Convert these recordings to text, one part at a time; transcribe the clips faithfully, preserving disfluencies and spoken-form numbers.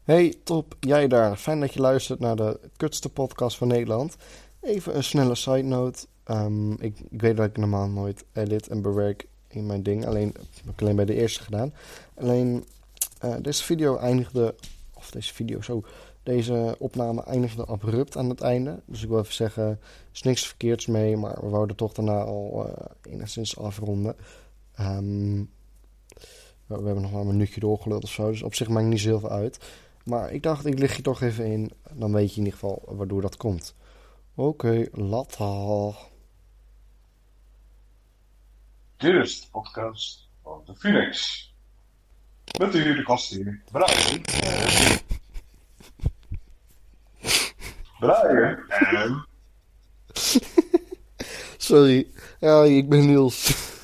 Hey, top, jij daar. Fijn dat je luistert naar de kutste podcast van Nederland. Even een snelle side note. Um, ik, ik weet dat ik normaal nooit edit en bewerk in mijn ding. Alleen, dat heb ik alleen bij de eerste gedaan. Alleen, uh, deze video eindigde... Of deze video, zo... Deze opname eindigde abrupt aan het einde. Dus ik wil even zeggen, er is niks verkeerds mee. Maar we wouden toch daarna al uh, enigszins afronden. Um, we hebben nog maar een minuutje doorgeluld of zo. Dus op zich maakt niet zo heel veel uit. Maar ik dacht, ik lig je toch even in. Dan weet je in ieder geval waardoor dat komt. Oké, okay, later. Dit is de podcast van de Phoenix. Met u de gast hier, Brian. Brian. En... Sorry. Ja, ik ben Niels.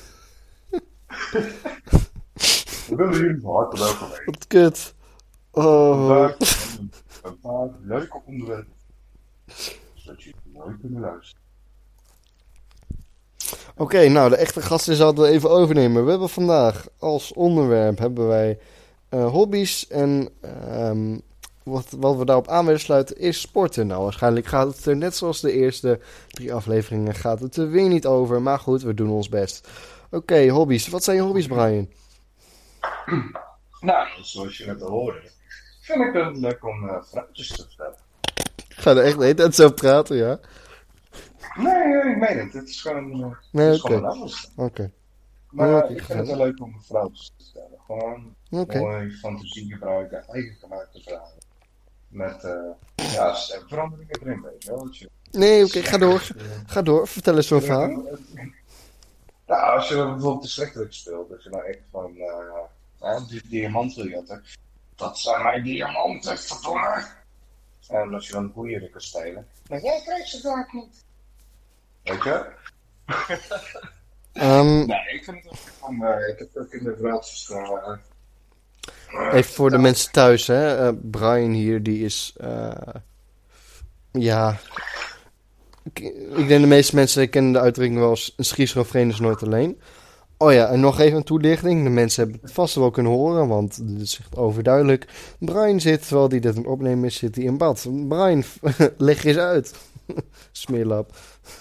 We willen jullie van harte welkom heten. Wat kut. Oh. Vandaag een, een paar leuke onderwerpen. Zodat jullie mooi kunnen luisteren. Oké, okay, nou de echte gasten zouden we even overnemen. We hebben vandaag als onderwerp hebben wij uh, hobby's en um, wat, wat we daarop aan willen sluiten is sporten. Nou, waarschijnlijk gaat het er net zoals de eerste drie afleveringen gaat het er weer niet over. Maar goed, we doen ons best. Oké, okay, hobby's. Wat zijn je hobby's, Brian? Nou, zoals je net al hoorde, vind ik het leuk om uh, vraagjes te stellen. Ga er echt de hele tijd zo praten, ja? Nee, ik meen het. Het is gewoon, uh, nee, het is okay. gewoon anders. Oké. Okay. Maar nee, uh, okay, ik vind het wel leuk om vraagjes te stellen. Gewoon okay. mooi fantasie gebruiken, eigen gemaakte vragen. Met, uh, ja, veranderingen erin, weet je wel. Je... Nee, oké, okay, ga door. Ga door, vertel eens zo'n verhaal. Nou, als je bijvoorbeeld de slechterik speelt, dat je nou echt van, uh, uh, die diamant wil je hebben. Dat zijn mijn diamanten, verdomme! En als je dan boeien kan stelen, maar jij krijgt ze vaak niet. Weet je? um, nee, ik vind het ook van, uh, ik heb ook in de verhaaltjes uh, even voor de mensen thuis, hè. Uh, Brian hier, die is, uh, ja... Ik, ik denk de meeste mensen kennen de uitdrukking wel als een schizofreen is nooit alleen. Oh ja, en nog even een toelichting. De mensen hebben het vast wel kunnen horen, want het is echt overduidelijk. Brian zit, terwijl hij dit aan het opnemen is, zit hij in bad. Brian, leg eens uit. Smeerlap.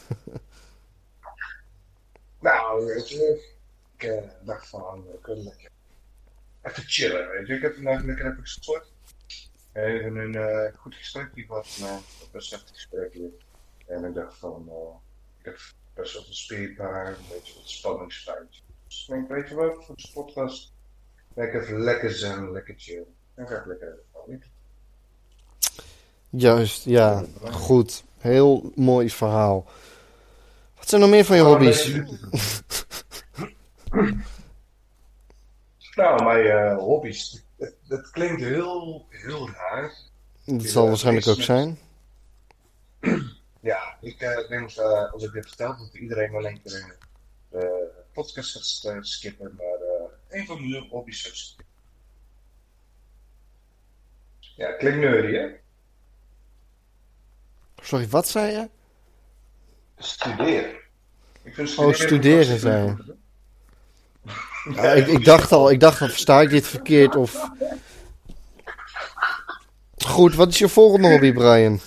Nou, weet je, ik uh, dacht van, we kunnen lekker even chillen, weet je. Ik heb vandaag lekker even gesport. Even een uh, goed gesprek die was, maar een best heftig gesprek hier. En ik dacht van, uh, ik heb best wel veel spierpijn, een beetje wat spanningspuitje. Dus ik denk, weet je wat, voor de sportgast, lekker even lekker zijn, lekker chillen. Dan ga ik lekker even vallen. Juist, ja, goed. Heel mooi verhaal. Wat zijn nog meer van je hobby's? Nou, mijn uh, hobby's, dat, dat klinkt heel, heel raar. Dat zal uh, waarschijnlijk ook zijn. Ja, ik uh, denk uh, als ik dit vertel, dat iedereen wel een keer de podcast gaat uh, skippen, maar uh, een van mijn hobby's is. Ja, klinkt nerdy, hè? Sorry, wat zei je? Studeren. Ik vind studeren oh, studeren zei je. Ja, ik, ik dacht al, ik dacht al, versta ik dit verkeerd of... Goed, wat is je volgende hobby, Brian?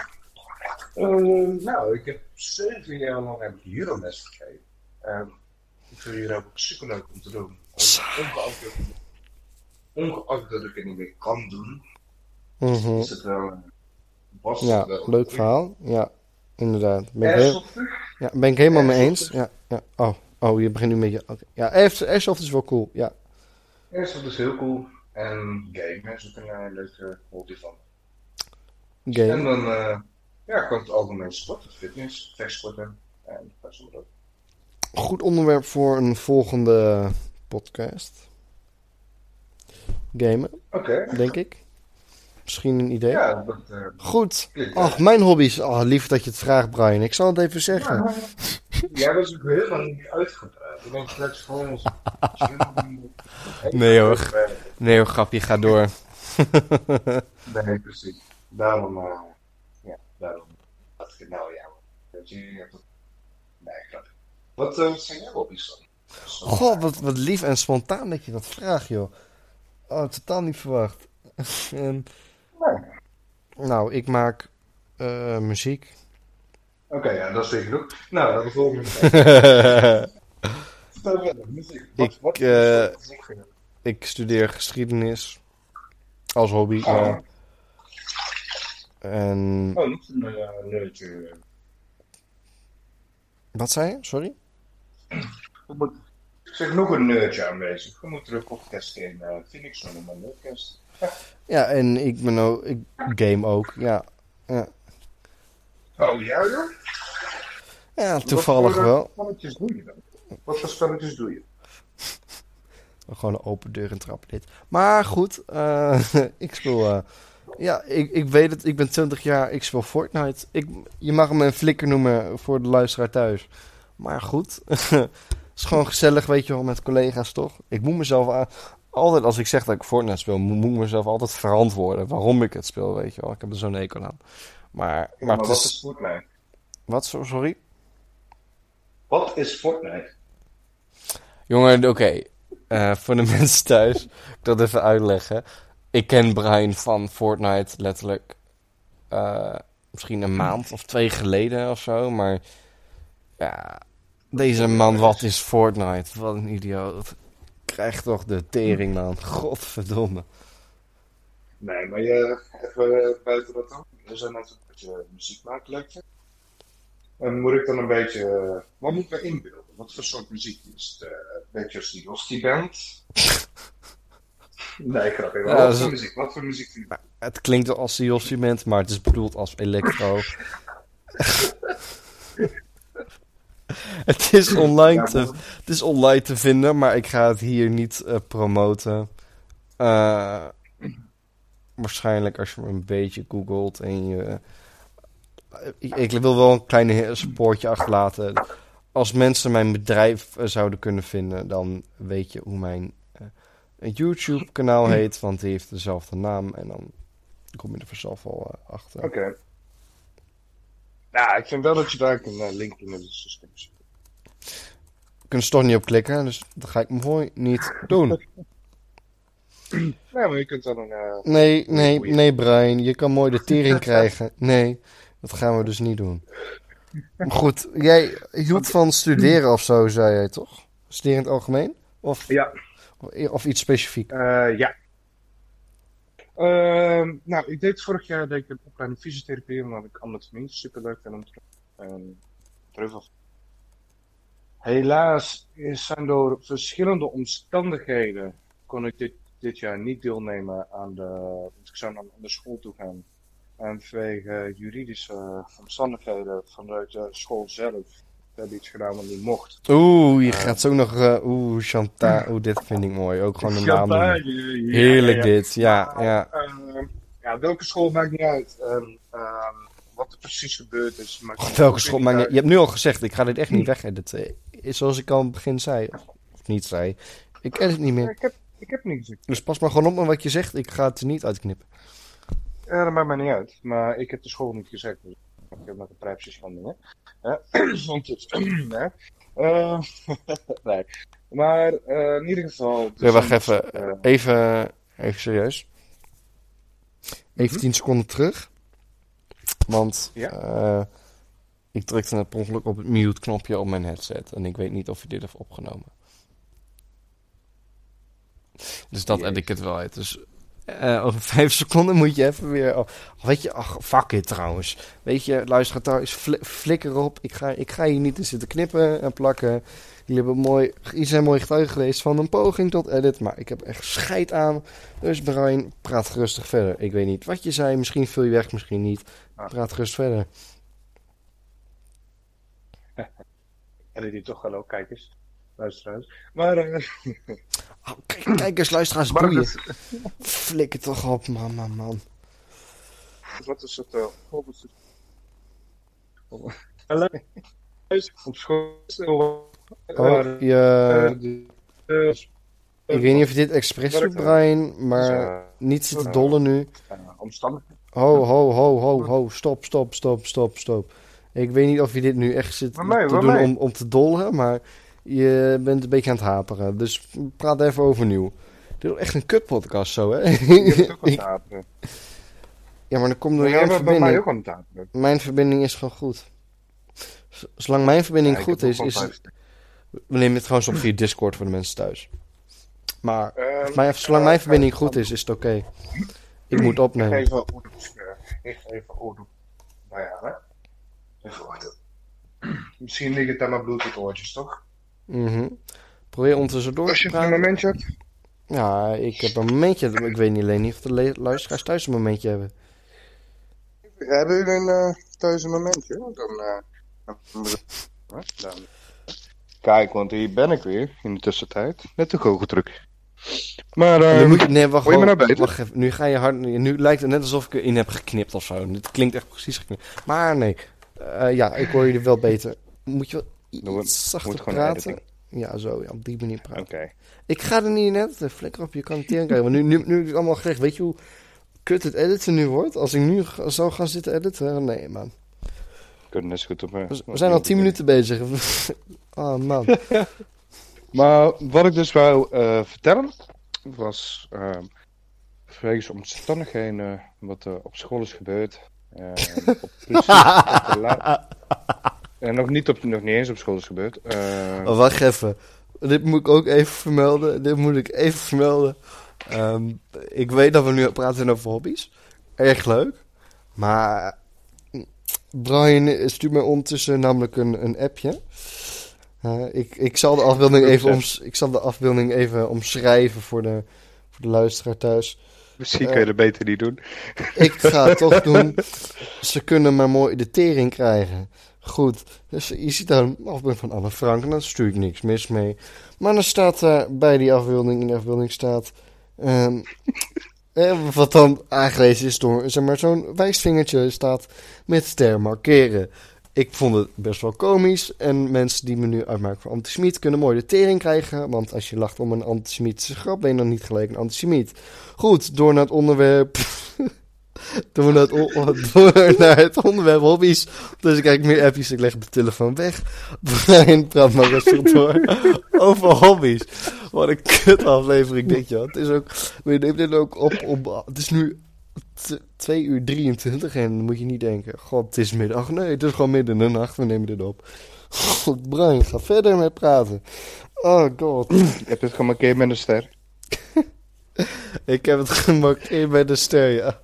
Uh, nou, ik heb zeven jaar lang heb ik judoles gegeven. Uh, ik vind hier ook super leuk om te doen. Ongeacht dat, ongeacht dat ik het niet meer kan doen, mm-hmm. is het wel... Was ja, het wel leuk goed. Verhaal. Ja, inderdaad. Ben ik, heel... ja, ben ik helemaal mee eens. Ja, ja. Oh, oh, je begint nu met je... Okay. Ja, Airsoft is wel cool, ja. Airsoft is heel cool. En game is ook een uh, leuke hobby van. Game. En dan... Uh, Ja, gewoon het algemeen sport, fitness, vechtsporten en dat soort dingen. Goed onderwerp voor een volgende podcast. Gamen, okay. denk ik. Misschien een idee. Ja, dat, uh, goed. Ach, mijn hobby's. Oh, lief dat je het vraagt, Brian. Ik zal het even zeggen. Ja, jij was ook heel lang niet uitgepraat. Ik denk dat het gewoon... nee hoor. Nee hoor, grapje, ga door. nee, precies. Daarom... Uh, ja, daarom... dacht ik, nou ja, dat je hebt het... Nee, grapje. Wat uh, zijn jouw hobby's dan? Goh, wat, wat lief en spontaan dat je dat vraagt, joh. Oh, totaal niet verwacht. en, Nee. Nou, ik maak uh, muziek. Oké, okay, ja, dat is weer genoeg. Nou, dan de volgende. Vertel verder, muziek. Wat, ik, wat uh, soort muziek vind je? Ik studeer geschiedenis. Als hobby, oh. ja. En... Oh, niet een uh, nerdje. Wat zei je? Sorry? Moet... Ik zeg nog een nerdje aanwezig. We moeten de podcast in uh, Phoenix noemen, maar nerdcast. Ja. Ja, en ik ben ook... Ik game ook, ja. ja. Oh, jij ja, dan? Ja, toevallig Wat wel. Wat spelletjes doe je dan? Wat voor spelletjes doe je? Gewoon een open deur en trappen dit. Maar goed, uh, ik speel... Uh, ja, ik, ik weet het. Ik ben twintig jaar. Ik speel Fortnite. Ik, je mag me een flikker noemen voor de luisteraar thuis. Maar goed. Het is gewoon gezellig, weet je wel, met collega's toch? Ik moet mezelf... Uh, altijd als ik zeg dat ik Fortnite speel, moet ik mezelf altijd verantwoorden waarom ik het speel, weet je wel. Ik heb er zo'n hekel aan. Maar, ja, maar, maar wat is... is Fortnite? Wat, sorry? Wat is Fortnite? Jongen, oké. Okay. Uh, voor de mensen thuis, ik dat even uitleggen. Ik ken Brian van Fortnite letterlijk uh, misschien een maand of twee geleden of zo. Maar ja, deze man, wat is Fortnite? Wat een idioot. Krijg toch de tering, man. Godverdomme. Nee, maar je, even buiten dat dan. We zijn net een beetje muziek maken, leuk vindt. En moet ik dan een beetje... Uh, wat moet ik me inbeelden? Wat voor soort muziek is het? Uh, een beetje als die Hostie Band? Nee, grapje. Ja, wat, voor muziek? wat voor muziek vind je? Het klinkt als die Hostie Band, maar het is bedoeld als electro. het, is online ja, te, het is online te vinden, maar ik ga het hier niet uh, promoten. Uh, waarschijnlijk als je me een beetje googelt en je... Ik, ik wil wel een klein supportje achterlaten. Als mensen mijn bedrijf uh, zouden kunnen vinden, dan weet je hoe mijn uh, YouTube-kanaal heet, want die heeft dezelfde naam en dan kom je er vanzelf al uh, achter. Oké. Okay. Nou, ik vind wel dat je daar een uh, link in het systeem zet. Je kunt er toch niet op klikken, dus dat ga ik mooi niet doen. Nee, maar je kunt dan een... Uh, nee, nee, nee, Brian, je kan mooi de tering krijgen. Nee, dat gaan we dus niet doen. Maar goed, jij hield van studeren of zo, zei jij toch? Studeren in het algemeen? Of, ja. Of, of iets specifiek? Uh, ja. Uh, nou, ik deed vorig jaar deed ik een opleiding fysiotherapie, omdat ik anatomie superleuk vind om te doen. Terug. Helaas zijn door verschillende omstandigheden kon ik dit, dit jaar niet deelnemen aan de... Want ik zou naar de school toe gaan. En vanwege juridische omstandigheden vanuit de school zelf. We hebben iets gedaan wat niet mocht. Oeh, je uh, gaat zo nog... Uh, Oeh, Chantage. Oeh, dit vind ik mooi. Ook gewoon een naam noemen. Ja, heerlijk ja, ja. dit. Ja, maar, ja. Uh, ja, welke school maakt niet uit. Um, uh, wat er precies gebeurd is. Maakt oh, welke school maakt niet uit. Je hebt nu al gezegd, ik ga dit echt niet wegediten. Zoals ik al in het begin zei. Of niet zei. Ik ken het niet meer. Ja, ik, heb, ik heb niet gezegd. Dus pas maar gewoon op met wat je zegt. Ik ga het er niet uitknippen. Ja, dat maakt mij niet uit. Maar ik heb de school niet gezegd. Dus ik heb nog een prijpsschanding, hè. Want het... hè. Uh, nee. Maar uh, in ieder geval... Dus ja, wacht even. Uh, even. Even serieus. Even tien seconden terug. Want... Ja? Uh, ik drukte net per ongeluk op het mute-knopje op mijn headset. En ik weet niet of je dit heeft opgenomen. Dus dat edit ik het wel uit. Dus... Uh, over vijf seconden moet je even weer... Oh, weet je, ach, fuck it trouwens. Weet je, luister thuis, fl- flikker op. Ik ga, ik ga hier niet in zitten knippen en plakken. Jullie hebben mooi, jullie zijn mooi getuige geweest van een poging tot edit. Maar ik heb echt scheid aan. Dus Brian, praat gerustig verder. Ik weet niet wat je zei. Misschien vul je weg, misschien niet. Praat gerust verder. Edit die toch wel ook, kijk eens. Luisteraars. Maar... Uh... Oh, kijk, kijk eens, luisteraars, doe je. Het... Flikker toch op, man, man, man. Wat is het? Uh, op het... Hallo? Op school... Oh, je... Ik weet niet of je dit expres doet, Brian, maar niet zitten dollen nu. Omstandigheden. Ho, ho, ho, ho, ho, stop, stop, stop, stop, stop. Ik weet niet of je dit nu echt zit mij, te doen om, om te dollen, maar... Je bent een beetje aan het haperen. Dus praat even overnieuw. Dit is echt een kutpodcast zo, hè? Je bent ook aan het haperen. Ja, maar dan komt door Maar jouw jij bent bij mij verbinding. ook aan het aan. Mijn verbinding is gewoon goed. Z- Zolang mijn verbinding Ja, ik goed heb is, ook is wel het... vijf. We nemen het gewoon op via Discord voor de mensen thuis. Maar Ehm, mijn, ik zolang ga- mijn ik ga verbinding even- goed is, is het oké. Ik moet Ik ga opnemen. even Odoo spelen. Ik ga even Odoo bij aan, hè. Even wachten. Misschien liggen het aan mijn Bluetooth oortjes, toch? Mhm. Probeer ondertussen door Als te je even een praten. momentje hebt. Ja, ik heb een momentje. Ik weet niet alleen niet of de le- luisteraars thuis een momentje hebben. Hebben jullie een uh, thuis een momentje? Dan, uh, dan moet ik- Huh? Dan- Kijk, want hier ben ik weer in de tussentijd met de goocheltruc. Maar Nu uh, moet je, nee, wacht, hoor je me wacht, nou beter? wacht even. Nu ga je hard. Nu lijkt het net alsof ik erin heb geknipt of zo. Het klinkt echt precies geknipt. Maar nee. Uh, ja, ik hoor jullie wel beter. Moet je wel Moet- iets zachter moet gewoon praten? editen. Ja, zo. Ja, op die manier Oké. praten. Okay. Ik ga er niet net. uh, Flikker op, je kan het tering krijgen. Want nu, nu, nu heb ik allemaal gezegd. Weet je hoe kut het editen nu wordt? Als ik nu ga- zou gaan zitten editen? Nee, man. We kunnen net zo goed op me. We, we zijn al tien minuten bezig. Oh, man. Maar wat ik dus wou uh, vertellen was uh, vanwege omstandigheden wat er op school is gebeurd. Uh, op precies op de la- en nog niet, op, nog niet eens op school is gebeurd. Uh, Oh, wacht even. Dit moet ik ook even vermelden. Dit moet ik even vermelden. Um, ik weet dat we nu praten over hobby's. Erg leuk. Maar Brian stuurt mij ondertussen namelijk een, een appje. Uh, ik, ik, zal de afbeelding even oms, ik zal de afbeelding even omschrijven voor de, voor de luisteraar thuis. Misschien kun je dat beter niet doen. Ik ga het toch doen. Ze kunnen maar mooi de tering krijgen. Goed, dus je ziet daar een afbeelding van Anne Frank en daar stuur ik niks mis mee. Maar dan staat daar bij die afbeelding, in de afbeelding staat... Um, eh, wat dan aangelezen is door, zeg maar, zo'n wijsvingertje staat met ster markeren. Ik vond het best wel komisch. En mensen die me nu uitmaken voor antisemiet kunnen mooi de tering krijgen. Want als je lacht om een antisemitische grap, ben je dan niet gelijk een antisemiet. Goed, door naar het onderwerp... door, naar het on- door naar het onderwerp hobby's. Dus ik krijg meer appjes, ik leg de telefoon weg. Brian, praat maar rustig door. Over hobby's. Wat een kut aflevering dit, joh. Het is ook... We nemen dit ook op op... Het is nu... twee uur drieëntwintig en dan moet je niet denken... God, het is middag. Nee, het is gewoon midden in de nacht. We nemen dit op. God, Brian, ga verder met praten. Oh god. Je hebt het gemarkeerd met een ster. Ik heb het gemarkeerd met een ster, ja.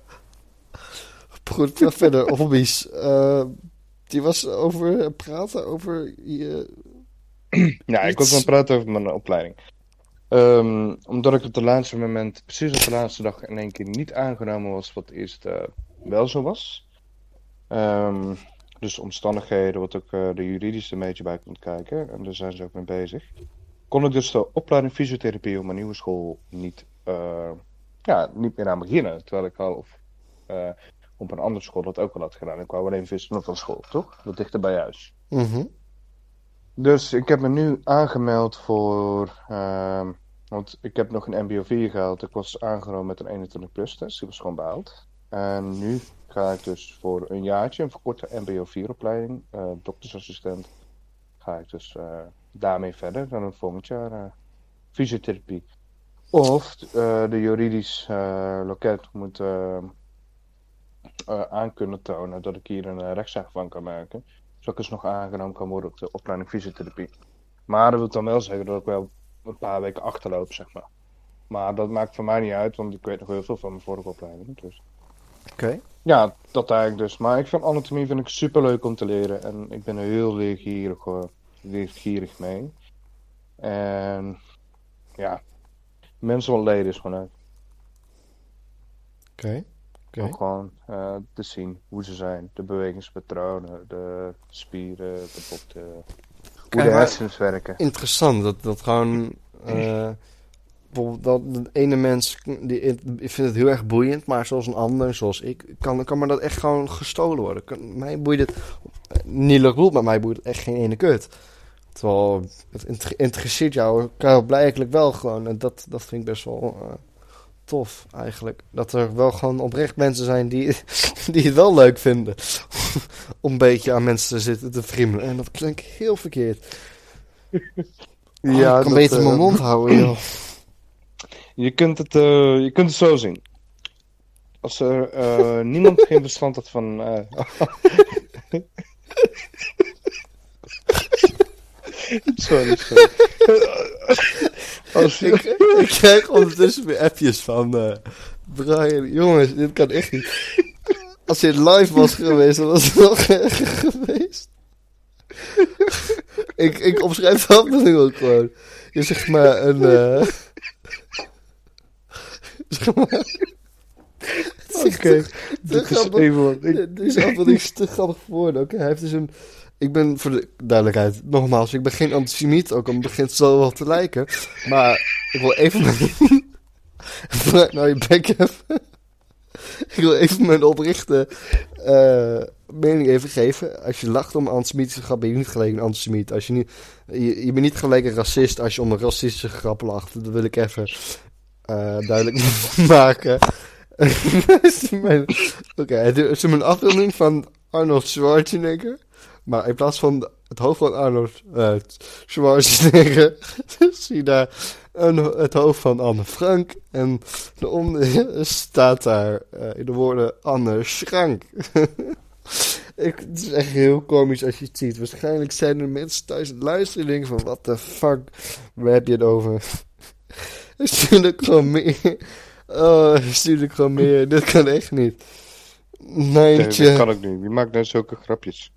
Goed, ga verder. Hobby's. Uh, die was over praten over je... Ja, ik was aan het praten over mijn opleiding. Um, omdat ik op het laatste moment, precies op de laatste dag, in één keer niet aangenomen was wat eerst uh, wel zo was. Um, dus omstandigheden, wat ook uh, de juridische een beetje bij komt kijken. En daar zijn ze ook mee bezig. Kon ik dus de opleiding fysiotherapie op mijn nieuwe school niet, uh, ja, niet meer aan beginnen. Terwijl ik al of, uh, op een andere school dat ook al had gedaan. Ik wou alleen wisselen van school, toch? Wat dichter bij huis. Mm-hmm. Dus ik heb me nu aangemeld voor... Uh, want ik heb nog een M B O vier gehaald. Ik was aangenomen met een eenentwintig plus test. Die was gewoon behaald. En nu ga ik dus voor een jaartje, een verkorte M B O vier opleiding. Uh, doktersassistent. Ga ik dus uh, daarmee verder. Dan een volgend jaar uh, fysiotherapie. Of uh, de juridisch uh, loket moet uh, uh, aan kunnen tonen dat ik hier een uh, rechtszaak van kan maken. Zodat ik dus nog aangenomen kan worden op de opleiding fysiotherapie. Maar dat wil dan wel zeggen dat ik wel een paar weken achterloop, zeg maar. Maar dat maakt voor mij niet uit, want ik weet nog heel veel van mijn vorige opleiding. Dus. Oké. Okay. Ja, dat eigenlijk dus. Maar ik vind anatomie vind ik super leuk om te leren. En ik ben er heel leergierig, uh, leergierig mee. En ja, mensen wel leren is gewoon leuk. Oké. Okay. Okay. Om gewoon uh, te zien hoe ze zijn. De bewegingspatronen, de spieren, de botten, hoe de hersens werken. Interessant, dat, dat gewoon... Uh, bijvoorbeeld dat de ene mens, die, ik vind het heel erg boeiend, maar zoals een ander, zoals ik, kan, kan maar dat echt gewoon gestolen worden. Kan, mij boeit het, niet leuk bedoeld, maar mij boeit het echt geen ene kut. Terwijl, het interesseert jou blijkbaar wel gewoon, en dat, dat vind ik best wel... Uh, tof eigenlijk. Dat er wel gewoon oprecht mensen zijn die, die het wel leuk vinden. Om een beetje aan mensen te zitten te friemelen. En dat klinkt heel verkeerd. Ja, ik kan dat, beter uh, mijn mond houden, joh. Je kunt het, uh, je kunt het zo zien. als er uh, niemand geen verstand had van... Uh... sorry, sorry. Als ik, ik krijg ondertussen weer appjes van... Uh, Brian, jongens, dit kan echt niet. Als dit live was geweest, dan was het nog erger geweest. ik, ik omschrijf de afbeelding ook gewoon. Je zegt maar een... Uh... zeg maar... Oké, okay, dit is even wat ik... Deze afbeelding is te grappig voor woorden. Oké, okay, hij heeft dus een... Ik ben, voor de duidelijkheid, nogmaals, ik ben geen antisemiet, ook al begint het zo wel te lijken. Maar ik wil even mijn... nou, je bek hebben. Ik wil even mijn oprichte uh, mening even geven. Als je lacht om een antisemitische grap, ben je niet gelijk een antisemiet. Als je, niet, je, je bent niet gelijk een racist als je om een racistische grap lacht. Dat wil ik even uh, duidelijk maken. Oké, okay, het is een afbeelding van Arnold Schwarzenegger. Maar in plaats van het hoofd van Arnold uh, Schwarzenegger zie je daar een, het hoofd van Anne Frank. En daaronder staat daar uh, in de woorden Anne Schrank. Ik, het is echt heel komisch als je het ziet. Waarschijnlijk zijn er mensen thuis aan het luisteren en denken van... What the fuck, waar heb je het over? Stuur ik gewoon meer. Oh, stuur ik gewoon meer. Dit kan echt niet. Nijntje. Nee, dat kan ook niet. Wie maakt nou zulke grapjes?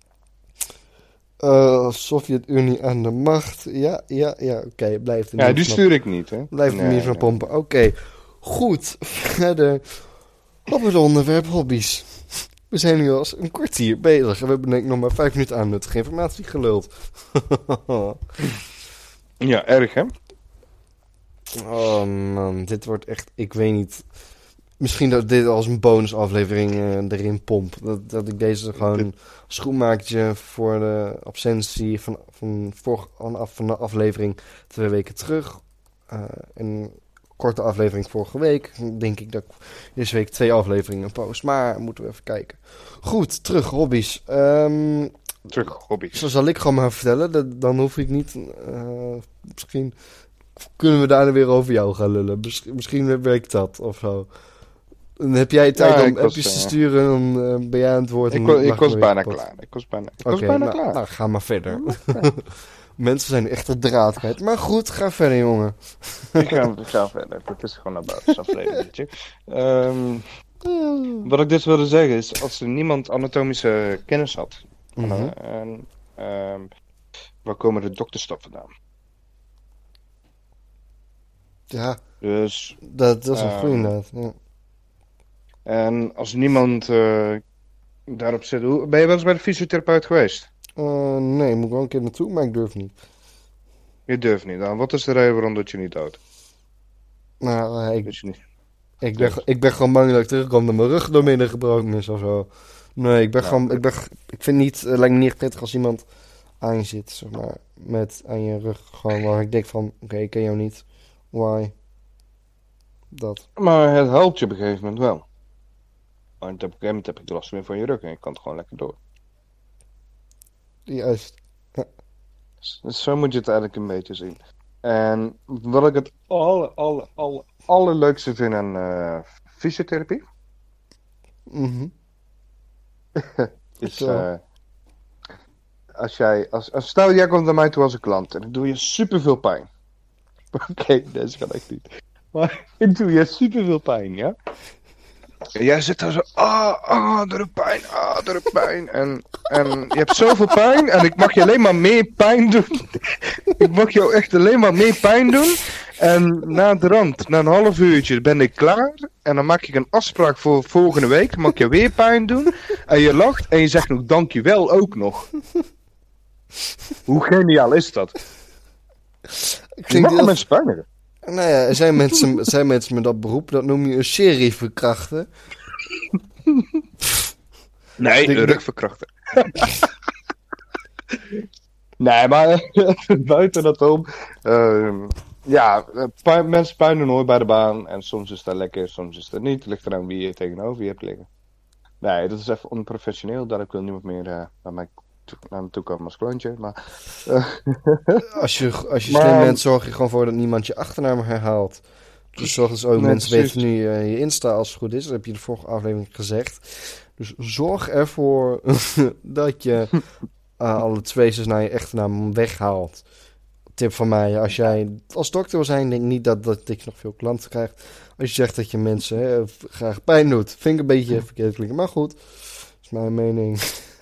Uh, Sovjet-Unie aan de macht. Ja, ja, ja. Oké, okay, blijf er Ja, niet die van... stuur ik niet, hè? Blijf er nee, niet van nee. pompen. Oké, okay. Goed. Verder op het onderwerp hobby's. We zijn nu al een kwartier bezig. En we hebben denk ik nog maar vijf minuten aan nuttige informatie geluld. Ja, erg, hè? Oh man, dit wordt echt... Ik weet niet... Misschien dat dit als een bonusaflevering uh, erin pomp. Dat, dat ik deze gewoon schoenmakertje voor de absentie van, van, voor, van de aflevering twee weken terug. Uh, een korte aflevering vorige week. Denk ik dat ik deze week twee afleveringen post. Maar moeten we even kijken. Goed, terug hobby's. Um, terug hobby's. Zo zal ik gewoon maar vertellen. Dat, dan hoef ik niet... Uh, misschien kunnen we daarna weer over jou gaan lullen. Misschien, misschien werkt dat of zo. Dan heb jij tijd ja, om appjes was, te sturen en dan uh, ben jij aan het woord. Ik, was, ik was bijna klaar. Ik was bijna, ik was okay, bijna nou, klaar. Nou, ga maar verder. Mensen zijn echt de draad kwijt. Maar goed, ga verder, jongen. ik, ga, ik ga verder. Het is gewoon een basisaflevering. um, wat ik dus wilde zeggen is, als er niemand anatomische kennis had, mm-hmm. en, um, waar komen de dokterstaf vandaan? Ja, dus, dat, dat is een um, goede inderdaad. Ja. En als niemand uh, daarop zit... Hoe, ben je wel eens bij de fysiotherapeut geweest? Uh, nee, moet ik wel een keer naartoe, maar ik durf niet. Je durft niet. Dan wat is de reden waarom dat je niet doet? Nou, uh, ik, Weet je niet. Ik ben, ik ben gewoon bang dat ik terugkom dat mijn rug door midden gebroken is of zo. Nee, ik ben nou, gewoon... Ik, ben, ik vind niet... Het lijkt me niet prettig als iemand aan je zit, zeg maar. Met aan je rug gewoon waar ik denk van... Oké, okay, ik ken jou niet. Why? Dat. Maar het helpt je op een gegeven moment wel. Want op een gegeven moment heb ik de last meer van je rug en je kan het gewoon lekker door. Juist. Ja. Dus zo moet je het eigenlijk een beetje zien. En wat ik het aller, aller, aller, allerleukste vind aan uh, fysiotherapie... Mm-hmm. is... Uh, als jij... Als, als, stel, jij komt naar mij toe als een klant en dan doe je superveel pijn. Oké, okay, deze gaat echt niet. Maar ik doe je superveel pijn, ja? En jij zit daar zo, ah, ah, er is pijn, ah, er is pijn. En, en je hebt zoveel pijn en ik mag je alleen maar meer pijn doen. Ik mag jou echt alleen maar meer pijn doen. En na de rand, na een half uurtje ben ik klaar. En dan maak ik een afspraak voor volgende week. Dan mag ik je weer pijn doen. En je lacht en je zegt nog dankjewel ook nog. Hoe geniaal is dat? Ik mag heel... mensen pijnigen. Nou ja, er zijn mensen, er zijn mensen met dat beroep, dat noem je een serie verkrachten. Nee, de rugverkrachten. Nee, maar buiten dat om. Uh, ja, pijn, mensen puinen nooit bij de baan. En soms is dat lekker, soms is dat niet. Het ligt eraan wie je tegenover je hebt liggen. Nee, dat is even onprofessioneel. Daar wil niemand meer uh, naar mij naar me toe komen als klantje. Maar, uh, als je, als je maar, slim bent, zorg je gewoon voor dat niemand je achternaam herhaalt. Dus zorg dus ook, Nee, mensen precies. weten nu uh, je Insta als het goed is. Dat heb je de vorige aflevering gezegd. Dus zorg ervoor dat je uh, alle traces naar je echte naam weghaalt. Tip van mij, als jij als dokter wil zijn, denk niet dat, dat ik nog veel klanten krijgt. Als je zegt dat je mensen hè, graag pijn doet, vind ik een beetje verkeerd klinken. Maar goed, dat is mijn mening.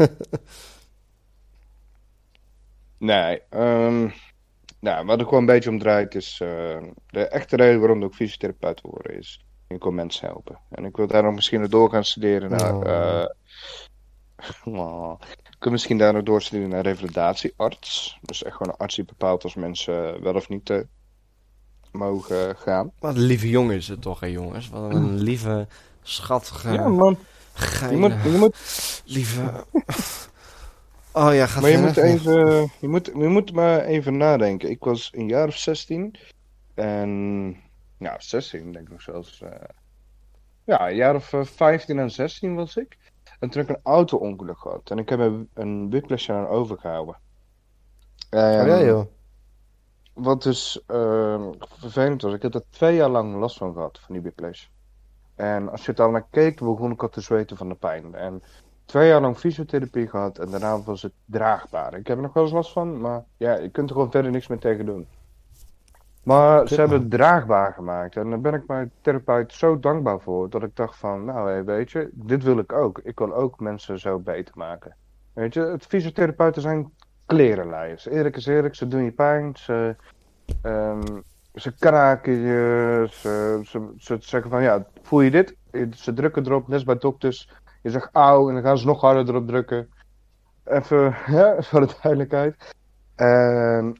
Nee, um, nou, wat er gewoon een beetje om draait is... Uh, de echte reden waarom ik fysiotherapeut wil worden is... Ik wil mensen helpen. En ik wil daar nog misschien door gaan studeren naar... Uh, oh. Ik wil misschien daar nog doorstuderen naar revalidatiearts. Dus echt gewoon een arts die bepaalt als mensen wel of niet uh, mogen gaan. Wat een lieve jongen is het toch, hè jongens? Wat een lieve, schattige... Ja, man. Geile, je moet, je moet... lieve... Oh ja, ga maar je verder. moet, even, je, moet, je moet maar even nadenken. Ik was een jaar of zestien. En... Ja, zestien denk ik nog zelfs. Uh, ja, een jaar of uh, vijftien en zestien was ik. En toen heb ik een auto-ongeluk gehad. En ik heb een, een whiplash aan overgehouden. En, oh ja, joh. Wat dus uh, vervelend was. Ik heb er twee jaar lang last van gehad, van die whiplash. En als je het al naar keek, begon ik al te zweten van de pijn. En twee jaar lang fysiotherapie gehad en daarna was het draagbaar. Ik heb er nog wel eens last van, maar ja, je kunt er gewoon verder niks meer tegen doen. Maar ze hebben het draagbaar gemaakt. En daar ben ik mijn therapeut zo dankbaar voor. Dat ik dacht van, nou hey, weet je, dit wil ik ook. Ik wil ook mensen zo beter maken. Weet je, het fysiotherapeuten zijn klerenlijers. Eerlijk is eerlijk, ze doen je pijn. Ze, um, ze kraken je. Ze, ze, ze zeggen van, ja, voel je dit? Ze drukken erop, net als bij dokters. Je zegt auw en dan gaan ze nog harder erop drukken. Even, ja, voor de duidelijkheid. En...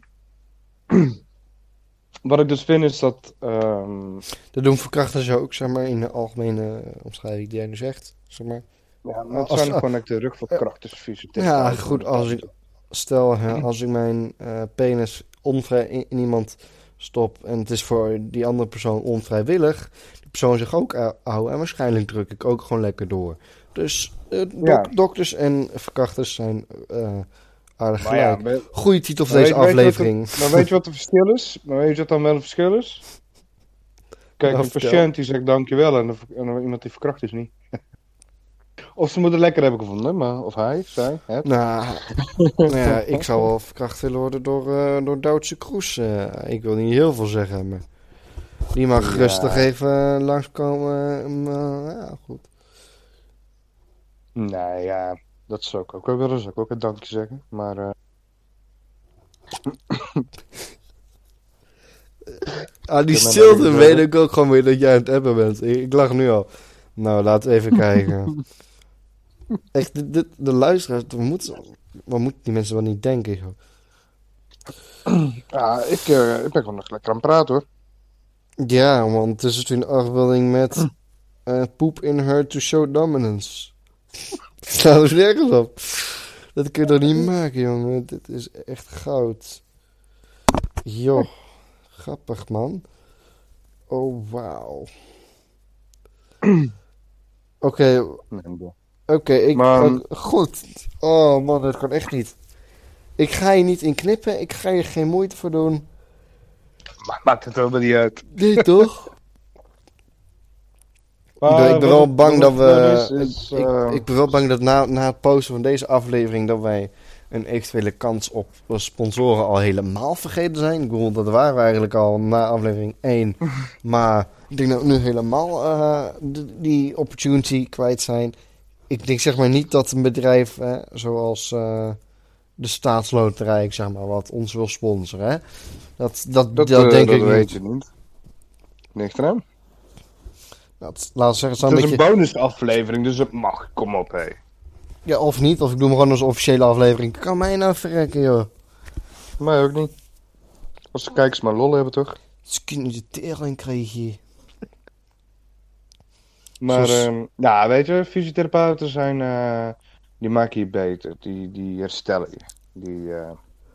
Wat ik dus vind is dat... Um... Dat doen verkrachters ook, zeg maar, in de algemene omschrijving die jij nu zegt, zeg maar. Ja, maar het als, zijn gewoon echt de rugverkrachters, fysiotherapeuten. Ja, goed, als ik... Stel, hè, als ik mijn uh, penis onvrij in, in iemand stop en het is voor die andere persoon onvrijwillig, die persoon zich ook houden en waarschijnlijk druk ik ook gewoon lekker door. Dus uh, dok- ja. dokters en verkrachters zijn uh, aardig maar gelijk. Ja, maar... Goeie titel voor maar deze weet, aflevering. Weet het, maar weet je wat het verschil is? Maar weet je wat dan wel het verschil is? Kijk, Nou, een vertel. patiënt die zegt dankjewel en, de, en iemand die verkracht is niet. Of ze moeten lekker hebben gevonden, maar of hij, zij, het. Nou, nou ja, ik zou wel verkracht willen worden door, uh, door Duitse Kroes. Uh, ik wil niet heel veel zeggen, maar die mag ja. rustig even langskomen. Maar ja, goed. Nee, ja, dat zou ik ook wel willen. Zou ik ook een dankje zeggen, maar... Uh... ah, die stilte weet ik ook gewoon weer dat jij aan het appen bent. Ik, ik lach nu al. Nou, laten we even kijken. Echt, dit, dit, de luisteraars, wat moeten, wat moeten die mensen wel niet denken, joh? Ja, ik, uh, ik ben gewoon nog lekker aan het praten, hoor. Ja, want het is natuurlijk een afbeelding met uh, poep in her to show dominance. Staat er nergens op. Dat kun je toch niet maken, jongen. Dit is echt goud. Joh, grappig, man. Oh, wauw. Oké, okay. Oké, okay, ik... Maar... Uh, goed. Oh, man, dat kan echt niet. Ik ga je niet in knippen. Ik ga je geen moeite voor doen. Maar maakt het helemaal niet uit. Nee, toch? Maar, ik ben wel het, bang dat we... Is, is, ik, uh... ik, ik ben wel bang dat na, na het posten van deze aflevering... dat wij een eventuele kans op sponsoren al helemaal vergeten zijn. Ik bedoel, dat waren we eigenlijk al na aflevering één. Maar ik denk dat we nu helemaal uh, de, die opportunity kwijt zijn. Ik denk zeg maar niet dat een bedrijf uh, zoals uh, de Staatsloterij... zeg maar, wat ons wil sponsoren. Hè? Dat, dat, dat, dat uh, denk dat ik weet niet. je niet. Ligt eraan. Dat, laat zeggen, het is een, een beetje... bonusaflevering, dus het mag. Kom op, hé. Hey. Ja, of niet. Of ik doe hem gewoon als officiële aflevering. Kan mij nou verrekken, joh. Mij ook niet. Als de kijkers maar lol hebben, toch? Dus kun je de tering krijgen. Maar, Zoals... um, ja, weet je, fysiotherapeuten zijn... Uh, die maken je beter. Die, die herstellen je. Die... Uh...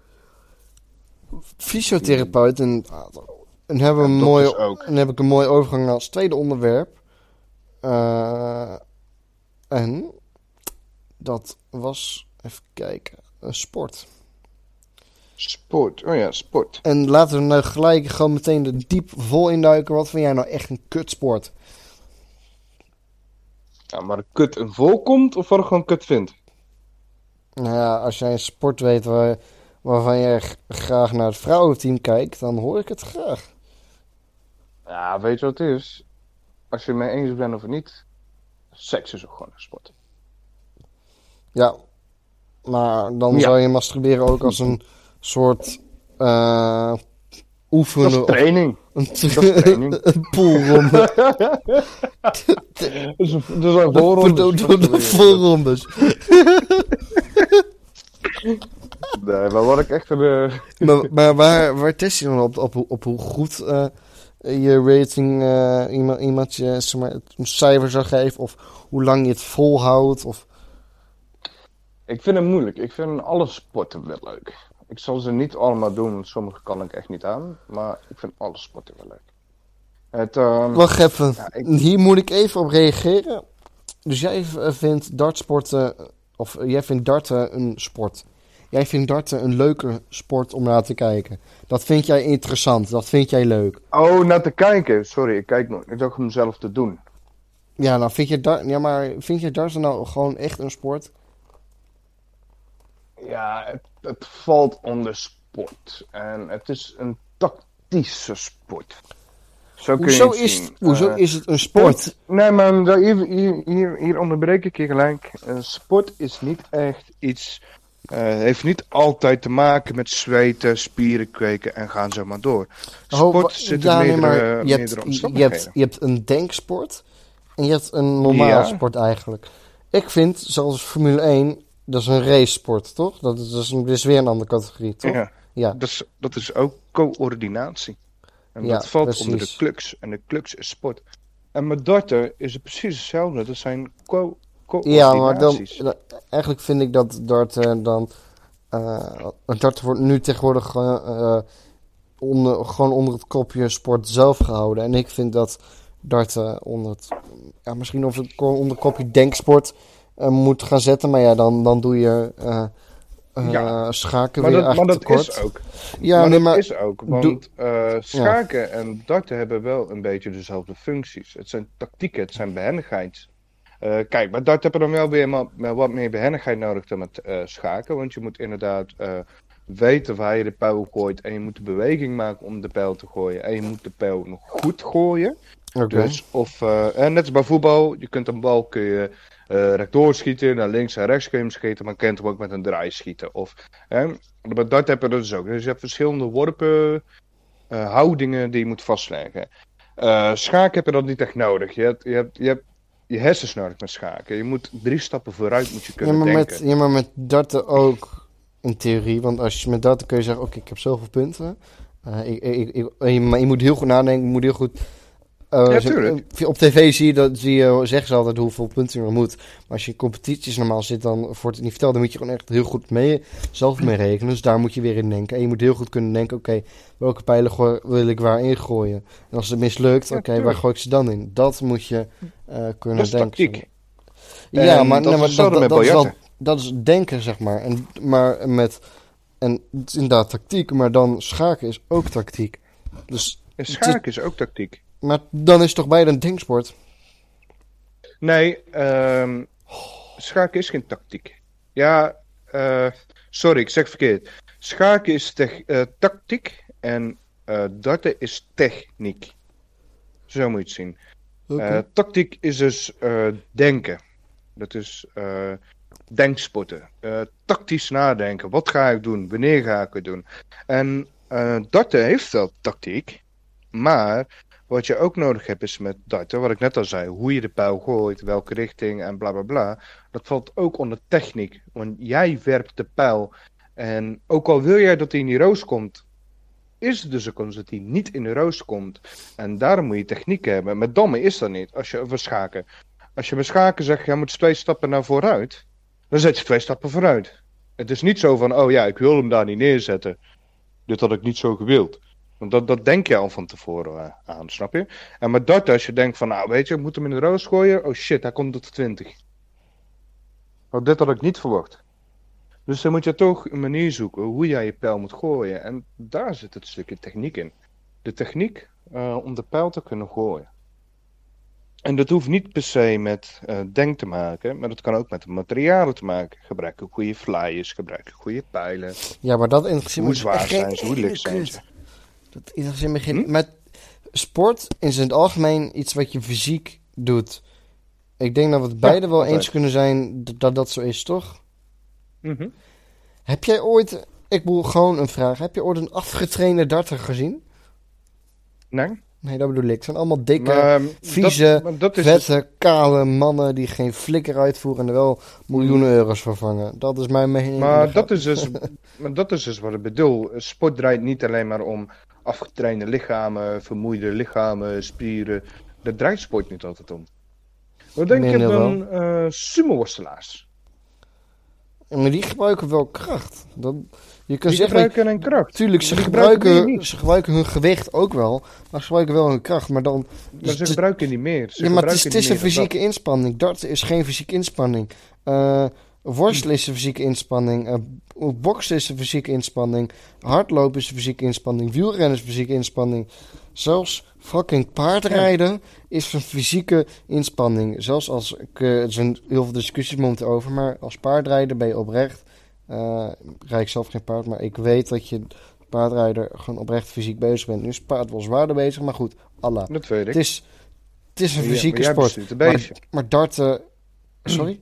Fysiotherapeuten... En hebben we een mooie, ook. en heb ik een mooie overgang naar als tweede onderwerp. Uh, en dat was, even kijken, een sport. Sport, oh ja, sport. En laten we nou gelijk gewoon meteen er diep vol induiken. Wat vind jij nou echt een kutsport? Ja, maar kut een volkomt of wat ik gewoon kut vind? Nou ja, als jij een sport weet waar, waarvan jij g- graag naar het vrouwenteam kijkt, dan hoor ik het graag. Ja, weet je wat het is? Als je het mee eens bent of niet, seks is ook gewoon een sport. Ja, maar dan Ja. zou je masturberen ook als een soort eh Dat oefenen. is of training. een, Dat is training. een poolronde. Dat is een, dat is een voorronde. De, de, de, de voorrondes. Nee, maar wat ik echt een... eh, Maar, maar waar, waar test je dan op, op, op hoe goed eh, je rating eh, iemand, iemand je zeg maar, een cijfer zou geven? Of hoe lang je het volhoudt? Of... Ik vind het moeilijk. Ik vind alle sporten wel leuk. Ik zal ze niet allemaal doen, want sommige kan ik echt niet aan. Maar ik vind alle sporten wel leuk. Het, ehm, Wacht even, ja, ik- hier moet ik even op reageren. Dus jij v- vindt dartsporten, of jij vindt darten een sport. Jij vindt darten een leuke sport om naar te kijken. Dat vind jij interessant, dat vind jij leuk. Oh, naar te kijken. Sorry, ik kijk nog. Ik dacht om zelf te doen. Ja, nou vind je, dar ja, maar vind je darten nou gewoon echt een sport? Ja, het, het valt onder sport. En het is een tactische sport. Zo kun je Hoezo, het is, zien. hoezo Eh, is het een sport? Nee, maar daar- hier, hier, hier, hier onderbreek ik je gelijk. Een sport is niet echt iets... eh, heeft niet altijd te maken met zweten, spieren kweken en gaan zo maar door. Oh, Sport wa- zit ja, in nee, meerdere, maar je hebt, meerdere je, omstandigheden. hebt, je hebt een denksport en je hebt een normaal Ja. sport eigenlijk. Ik vind, zoals Formule één, dat is een racesport, toch? Dat is, dat is, een- dat is weer een andere categorie, toch? Ja, Ja. dat is, dat is ook coördinatie. En Ja, dat valt precies. onder de klux. En de klux is sport. En met darten is het precies hetzelfde. Dat zijn co Ja, maar dan, coördinaties. dan- eigenlijk vind ik dat darten dan... eh darten wordt nu tegenwoordig gewoon, eh, onder, gewoon onder het kopje sport zelf gehouden. En ik vind dat darten onder het... Ja, misschien of het gewoon onder het kopje denksport eh, moet gaan zetten. Maar ja, dan, dan doe je eh, eh, Ja. schaken Maar weer dat, maar eigenlijk dat tekort. is ook. Ja, maar nee, dat maar... is ook. Want eh, schaken en darten hebben wel een beetje dezelfde functies. Het zijn tactieken, het zijn behendigheid. Eh, kijk, bij darten heb je dan wel weer ma- maar wat meer behendigheid nodig dan met eh, schaken. Want je moet inderdaad eh, weten waar je de pijl gooit. En je moet de beweging maken om de pijl te gooien. En je moet de pijl nog goed gooien. Oké. Dus, of, eh, en net als bij voetbal, je kunt een bal kun je, eh, rechtdoor schieten, naar links en rechts kun je hem schieten, maar je kunt hem ook met een draai schieten. Of, hè, bij dart heb je dat dus ook. Dus je hebt verschillende worpen, eh, houdingen die je moet vastleggen. Eh schaken heb je dat niet echt nodig. Je hebt, je hebt, je hebt je hersens nodig met schaken. Je moet drie stappen vooruit moet je Ja kunnen maar, denken. met, ja, maar met darten ook in theorie. Want als je met darten kun je zeggen, oké, ik heb zoveel punten. Eh, ik, ik, ik, ik- maar je moet heel goed nadenken, je moet heel goed... eh, Ja, zeg- tuurlijk. eh, op tv zie je, dat, zie je, zeggen ze altijd hoeveel punten je er moet. Maar als je in competities normaal zit, dan wordt het niet verteld. Dan moet je gewoon echt heel goed mee, zelf mee rekenen. Dus daar moet je weer in denken. En je moet heel goed kunnen denken, oké, welke pijlen gooi- wil ik waar ingooien? En als het mislukt, Ja, oké, waar tuurlijk. gooi ik ze dan in? Dat moet je eh, kunnen Dat is denken. tactiek. Ja, En maar, dat nee, is maar dat, hetzelfde dat, met dat is wel, biljarten. dat is denken, zeg maar. En, maar met, en het is inderdaad tactiek, maar dan schaken is ook tactiek. Dus, En schaken is ook tactiek. maar dan is het toch beide een denksport? Nee, ehm schaken is geen tactiek. Ja, eh, sorry, ik zeg verkeerd. Schaken is tech- eh, tactiek en eh darten is techniek. Zo moet je het zien. Oké. Eh, tactiek is dus eh, denken. Dat is eh, denksporten. Eh, tactisch nadenken. Wat ga ik doen? Wanneer ga ik het doen? En eh darten heeft wel tactiek. Maar wat je ook nodig hebt is met darten, wat ik net al zei, hoe je de pijl gooit, welke richting en bla bla bla. Dat valt ook onder techniek. Want jij werpt de pijl. En ook al wil jij dat hij in die roos komt, is het dus een kans dat hij niet in de roos komt. En daarom moet je techniek hebben. Met dammen is dat niet. Als je over schaken. Als je met schaken zegt, jij moet twee stappen naar vooruit. Dan zet je twee stappen vooruit. Het is niet zo van, oh ja, ik wil hem daar niet neerzetten. Dit had ik niet zo gewild. Want dat, dat denk je al van tevoren uh, aan, snap je? En met darten, als je denkt van, nou weet je, ik moet hem in de roos gooien. Oh shit, hij komt tot de twintig. Oh, dit had ik niet verwacht. Dus dan moet je toch een manier zoeken hoe jij je pijl moet gooien. En daar zit het stukje techniek in. De techniek uh, om de pijl te kunnen gooien. En dat hoeft niet per se met uh, denk te maken, maar dat kan ook met de materialen te maken. Gebruik ook goede flyers, gebruik ook goede pijlen. Ja, maar dat interesseert Hoe me zwaar echt zijn ze, geen hoe licht ene zijn kut. ze. Dat interesseert me geen... Hm? Met sport is in het algemeen iets wat je fysiek doet. Ik denk dat we het beide wel altijd. eens kunnen zijn d- dat dat zo is, toch? Mhm. Heb jij ooit... Ik bedoel, gewoon een vraag. Heb je ooit een afgetrainde darter gezien? Nee? Nee, dat bedoel ik. Het zijn allemaal dikke, Maar, vieze, dat, maar dat is dus- vette, kale mannen die geen flikker uitvoeren en er wel miljoenen euro's vervangen. Dat is mijn mening. Maar dat is, dus, maar dat is dus wat ik bedoel. Sport draait niet alleen maar om afgetrainde lichamen, vermoeide lichamen, spieren. Daar draait sport niet altijd om. Wat denk je Minder van uh, sumo-worstelaars? Maar die gebruiken wel kracht. Dat, je kan Die zeggen, gebruiken een kracht. tuurlijk, ze Die gebruiken, gebruiken die niet. ze gebruiken hun gewicht ook wel, maar ze gebruiken wel hun kracht. Maar dan, Maar ze het- gebruiken niet meer. Ze ja, maar het is, gebruiken het is niet een meer dan fysieke inspanning. Darten is geen fysieke inspanning. Eh worstelen is een fysieke inspanning. Eh, boksen is een fysieke inspanning. Hardlopen is een fysieke inspanning. Wielrennen is een fysieke inspanning. Zelfs fucking paardrijden is een fysieke inspanning. Zelfs als ik, eh, er zijn heel veel discussies momenteel over, maar als paardrijder ben je oprecht. Uh, rijd ik zelf geen paard, maar ik weet dat je paardrijder gewoon oprecht fysiek bezig bent. Nu is het paard wel zwaarder bezig, maar goed, Allah. Dat. Dat weet ik. Het is, het is een Ja, fysieke maar jij sport. bestuurt een beestje. Maar, maar darten... Sorry?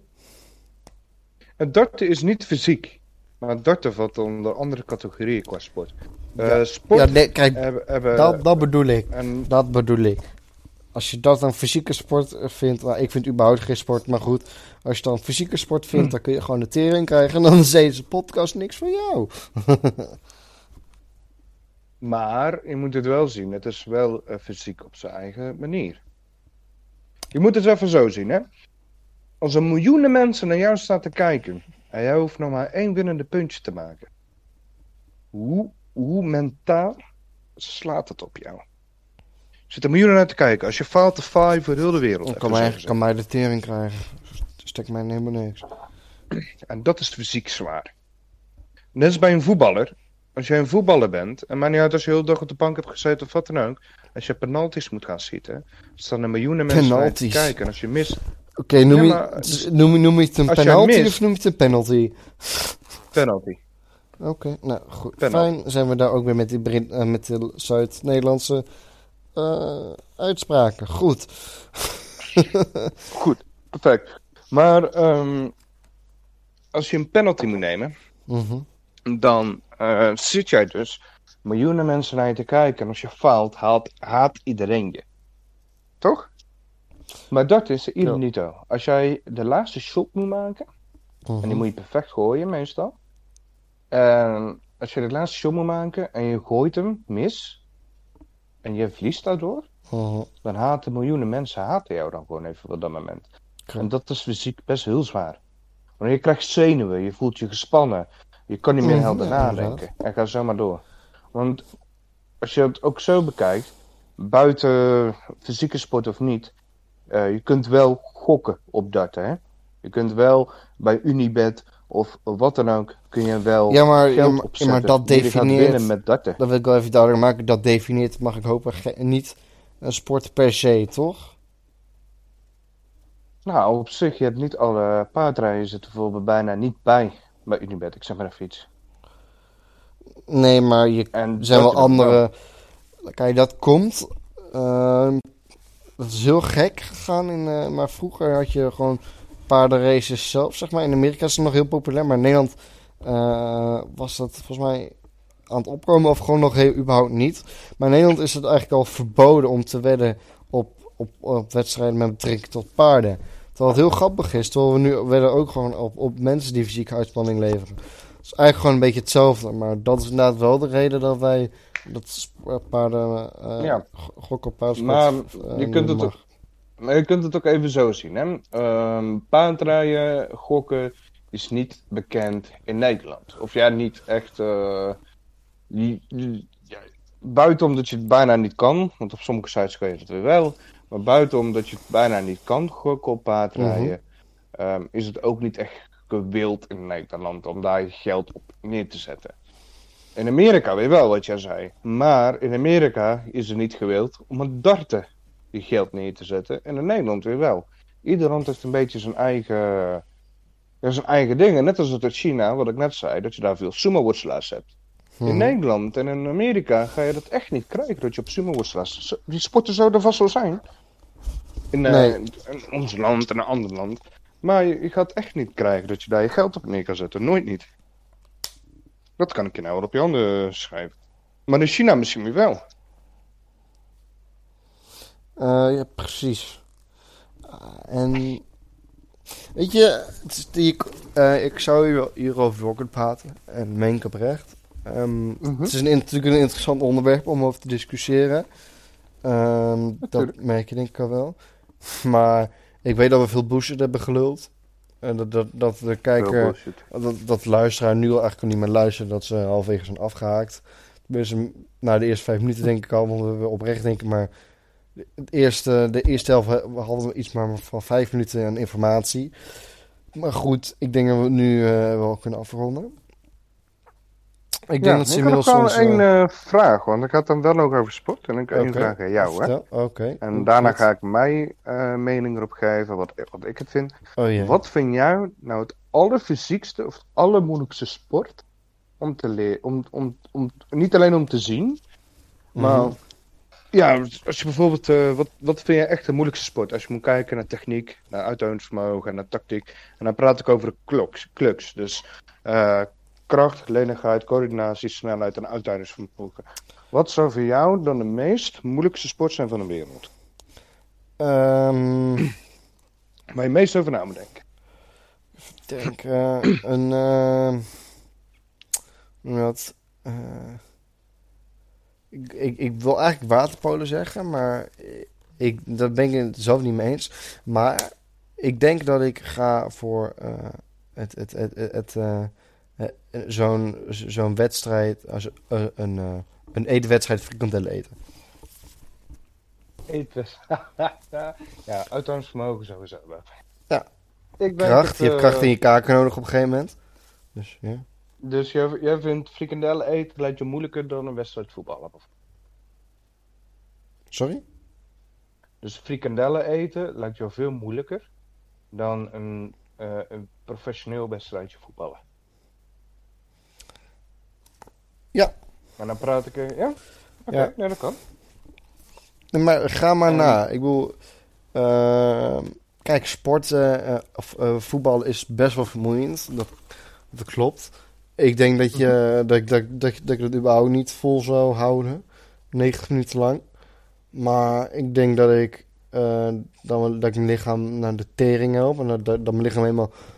Het darten is niet fysiek. Maar het darten valt onder andere categorieën qua sport. Uh, Ja. sport Ja, nee, kijk, hebben... hebben dat, dat bedoel ik. en, Dat bedoel ik. Als je dat een fysieke sport eh, vindt... Nou, ik vind überhaupt geen sport, maar goed. Als je dan een fysieke sport vindt, Hm. dan kun je gewoon de tering krijgen. En dan is deze podcast niks voor jou. maar je moet het wel zien. Het is wel uh, fysiek op zijn eigen manier. Je moet het even zo zien, hè. Als er miljoenen mensen naar jou staan te kijken... en jij hoeft nog maar één winnende puntje te maken... Hoe, hoe mentaal slaat het op jou? Er zitten miljoenen naar te kijken. Als je faalt te faallen voor heel de wereld. Dan even kan zo mij, gezegd. kan mij de tering krijgen. Stek mij helemaal niks. En dat is fysiek zwaar. Net als bij een voetballer. Als jij een voetballer bent, en maakt niet uit als je heel de dag op de bank hebt gezeten of wat dan ook. Als je penalties moet gaan schieten, staan er miljoenen mensen naar je te Penalties. kijken. En als je mist, Oké, noem, Ja, je- maar- s- noem, noem je het een Als jij penalty mist- of noem je het een penalty? penalty. Oké, nou goed. Penalty. Fijn, zijn we daar ook weer met, die Brit- eh, met de Zuid-Nederlandse eh, uitspraken. Goed. Goed, perfect. Maar ehm, als je een penalty moet nemen, Mhm. dan eh, zit jij dus miljoenen mensen naar je te kijken. En als je faalt, haalt, haat iedereen je. Toch? Maar dat is ieder Ja. niet zo. Als jij de laatste shot moet maken, Mhm. en die moet je perfect gooien meestal. En als je de laatste shot moet maken en je gooit hem mis, en je verliest daardoor, Mhm. dan haten miljoenen mensen haten jou dan gewoon even op dat moment. Oké. En dat is fysiek best heel zwaar. Want je krijgt zenuwen, je voelt je gespannen, je kan niet meer Mhm, helder ja, nadenken. En ga zo maar door. Want als je het ook zo bekijkt, buiten fysieke sport of niet, uh, je kunt wel gokken op darten, hè. Je kunt wel bij Unibet of wat dan ook, kun je wel Ja, maar, ja, geld maar, ja, opzetten. maar dat die je gaat winnen definieert... met darten. Dat wil ik wel even duidelijk maken. Dat definieert, mag ik hopen, ge- niet een sport per se, toch? Nou, op zich, je hebt niet alle paardrijden zitten bijvoorbeeld bijna niet bij bij Unibet. Ik zeg maar even iets. Nee, maar je, En er zijn wel darten dan andere... Kijk, dat komt... eh, dat is heel gek gegaan. In, eh, maar vroeger had je gewoon paardenraces zelf, zeg maar. In Amerika is het nog heel populair. Maar in Nederland eh, was dat volgens mij aan het opkomen. Of gewoon nog heel überhaupt niet. Maar in Nederland is het eigenlijk al verboden om te wedden op, op, op wedstrijden met betrekking tot paarden. Terwijl het heel grappig is. Terwijl we nu wedden ook gewoon op, op mensen die fysieke uitspanning leveren. Het is eigenlijk gewoon een beetje hetzelfde. Maar dat is inderdaad wel de reden dat wij dat sp- paarden... eh Ja. gokken op paardensport... Maar eh, je kunt niet het mag. Maar je kunt het ook even zo zien, hè. Ehm, paardrijden, gokken is niet bekend in Nederland. Of ja, niet echt... eh, die- die- ja, buiten omdat je het bijna niet kan, want op sommige sites kun je het weer wel. Maar buiten omdat je het bijna niet kan gokken op paardrijden, ehm, is het ook niet echt gewild in Nederland om daar je geld op neer te zetten. In Amerika weer wel, wat jij zei. Maar in Amerika is het niet gewild om het darten je geld neer te zetten. En in Nederland weer wel. Ieder land heeft een beetje zijn eigen, ja, zijn eigen dingen. Net als het uit China, wat ik net zei, dat je daar veel sumo-worstelaars hebt. Hmm. In Nederland en in Amerika ga je dat echt niet krijgen, dat je op sumo-worstelaars... Die sporten zouden vast wel zijn. In, uh, Nee. in, in ons land en een ander land. Maar je, je gaat echt niet krijgen dat je daar je geld op neer kan zetten. Nooit niet. Dat kan ik je nou wel op je handen schrijven. Maar in China misschien weer wel. Uh, ja, precies. Uh, en weet je, het is die, uh, ik zou hier, hierover door kunnen praten. En meen ik oprecht. Um, Mhm. Het is een, natuurlijk een interessant onderwerp om over te discussiëren. Um, dat Natuurlijk. merk je denk ik al wel. Maar ik weet dat we veel bullshit hebben geluld. En dat, dat, dat de Veel kijker, bullshit. dat, dat de luisteraar nu al eigenlijk niet meer luistert. Dat ze halverwege zijn afgehaakt. Dus na de eerste vijf minuten denk ik al, want we oprecht denken maar... Het eerste, de eerste helft hadden we iets maar van vijf minuten aan informatie. Maar goed, ik denk dat we het nu uh, wel kunnen afronden. Ik denk Ja, dat ze ik had nog inmiddels wel soms... één uh, uh, vraag, want ik had dan wel ook over sport. En ik heb één Oké, vraag aan jou, hè. vertel. Oké. En Goed, daarna goed. ga ik mijn uh, mening erop geven, wat, wat ik het vind. Oh jee. Wat vind jij nou het allerfysiekste of het allermoeilijkste sport om te leren? Om, om, om, niet alleen om te zien, maar... Mhm. Ja, als je bijvoorbeeld, uh, wat, wat vind je echt de moeilijkste sport? Als je moet kijken naar techniek, naar uithoudingsvermogen, naar tactiek. En dan praat ik over de kloks, kluks. Dus uh, kracht, lenigheid, coördinatie, snelheid en uithoudingsvermogen. Wat zou voor jou dan de meest moeilijkste sport zijn van de wereld? Um, Waar je meest over na moet denken. ik denk uh, een... Uh, wat... Uh, ik, ik, ik wil eigenlijk waterpolen zeggen, maar ik, dat ben ik het zelf niet mee eens. Maar ik denk dat ik ga voor uh, het, het, het, het, het, uh, zo'n, zo'n wedstrijd, als uh, een, uh, een etenwedstrijd frikandellen eten. Eten. Ja, uithoudingsvermogen sowieso. Ja. Ik denk Kracht, het, je hebt uh, kracht in je kaken nodig op een gegeven moment. Dus ja. Dus jij, jij vindt frikandellen eten lijkt je moeilijker dan een wedstrijd voetballen? Sorry? Dus frikandellen eten lijkt jou veel moeilijker dan een, uh, een professioneel wedstrijdje voetballen. Ja. Maar dan praat ik... Uh, ja? Oké, okay, Ja. nee, dat kan. Nee, maar ga maar En- na. Ik bedoel... Uh, kijk, sport uh, of uh, voetbal is best wel vermoeiend. Dat, dat klopt. Ik denk dat je dat, ik- dat, ik- dat, ik- dat ik het überhaupt niet vol zou houden. negentig minuten lang. Maar ik denk dat ik... Uh, dat, dat ik mijn lichaam naar de tering help. En dat, dat, dat mijn lichaam helemaal